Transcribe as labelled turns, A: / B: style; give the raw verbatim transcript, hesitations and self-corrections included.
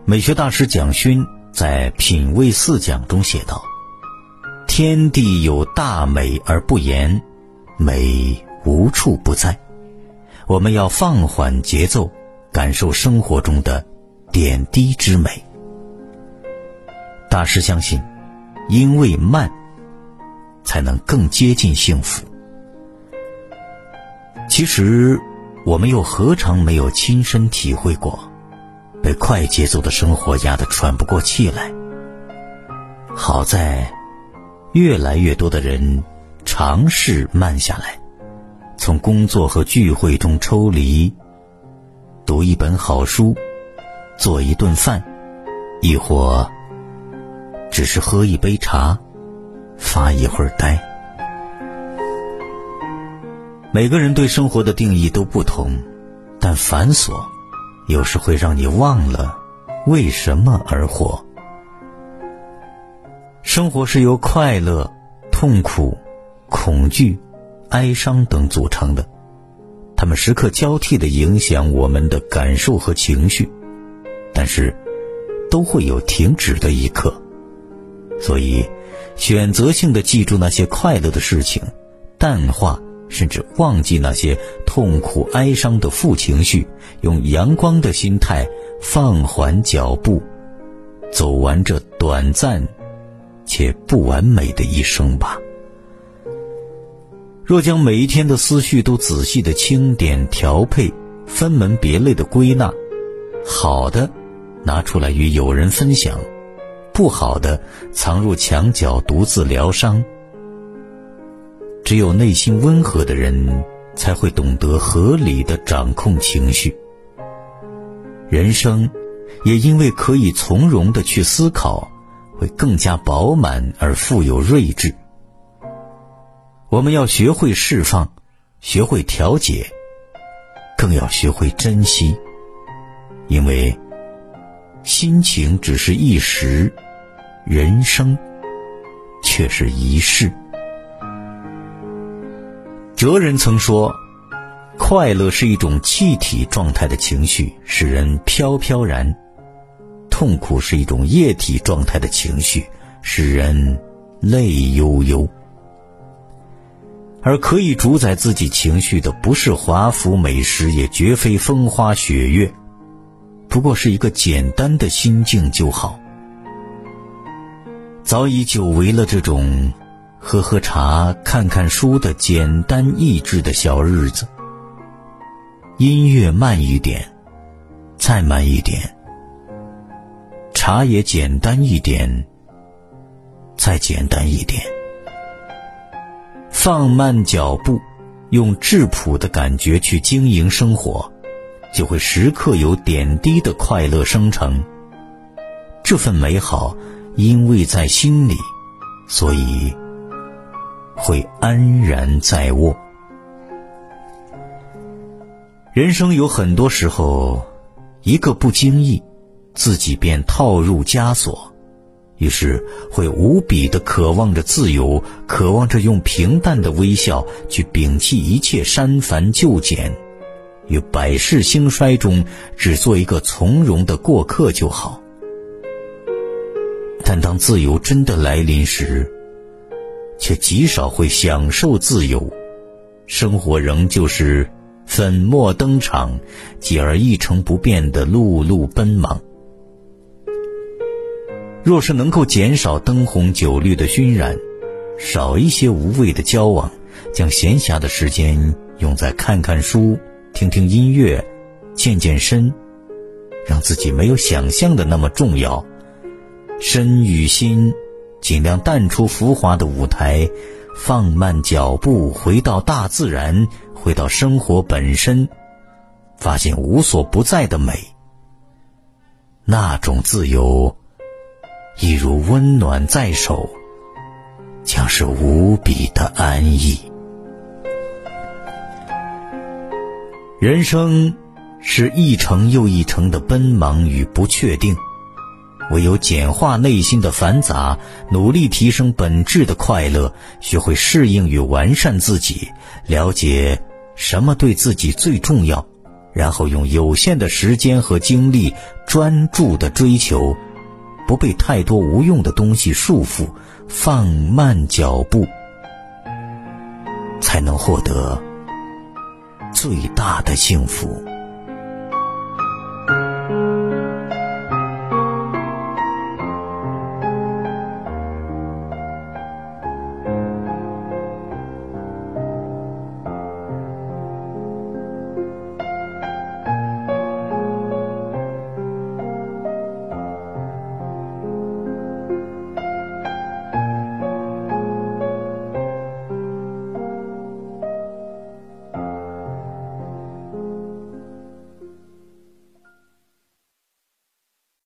A: 美学大师蒋勋在《品味四讲》中写道：天地有大美而不言，美无处不在。我们要放缓节奏，感受生活中的点滴之美。大师相信，因为慢，才能更接近幸福。其实，我们又何尝没有亲身体会过，被快节奏的生活压得喘不过气来。好在，越来越多的人尝试慢下来，从工作和聚会中抽离，读一本好书，做一顿饭，亦或只是喝一杯茶，发一会儿呆。每个人对生活的定义都不同，但繁琐有时会让你忘了为什么而活。生活是由快乐、痛苦、恐惧、哀伤等组成的，它们时刻交替地影响我们的感受和情绪，但是都会有停止的一刻。所以选择性地记住那些快乐的事情，淡化甚至忘记那些痛苦哀伤的负情绪，用阳光的心态放缓脚步，走完这短暂且不完美的一生吧。若将每一天的思绪都仔细的清点调配，分门别类的归纳，好的拿出来与友人分享，不好的藏入墙角独自疗伤。只有内心温和的人才会懂得合理的掌控情绪，人生也因为可以从容地去思考，会更加饱满而富有睿智。我们要学会释放，学会调节，更要学会珍惜，因为心情只是一时，人生却是一世。哲人曾说，快乐是一种气体状态的情绪，使人飘飘然；痛苦是一种液体状态的情绪，使人泪悠悠。而可以主宰自己情绪的，不是华服美食，也绝非风花雪月，不过是一个简单的心境就好。早已久违了这种喝喝茶、看看书的简单意志的小日子。音乐慢一点，再慢一点；茶也简单一点，再简单一点。放慢脚步，用质朴的感觉去经营生活，就会时刻有点滴的快乐生成。这份美好因为在心里，所以会安然在握。人生有很多时候，一个不经意，自己便套入枷锁，于是会无比地渴望着自由，渴望着用平淡的微笑去摒弃一切删繁就简，于百世兴衰中只做一个从容的过客就好。但当自由真的来临时，却极少会享受自由，生活仍旧是粉墨登场，继而一成不变的碌碌奔忙。若是能够减少灯红酒绿的熏染，少一些无谓的交往，将闲暇的时间用在看看书、听听音乐、健健身，让自己没有想象的那么重要。身与心尽量淡出浮华的舞台，放慢脚步，回到大自然，回到生活本身，发现无所不在的美。那种自由一如温暖在手，将是无比的安逸。人生是一程又一程的奔忙与不确定，唯有简化内心的繁杂，努力提升本质的快乐，学会适应与完善自己，了解什么对自己最重要， 然后用有限的时间和精力专注地追求，不被太多无用的东西束缚，放慢脚步，才能获得最大的幸福。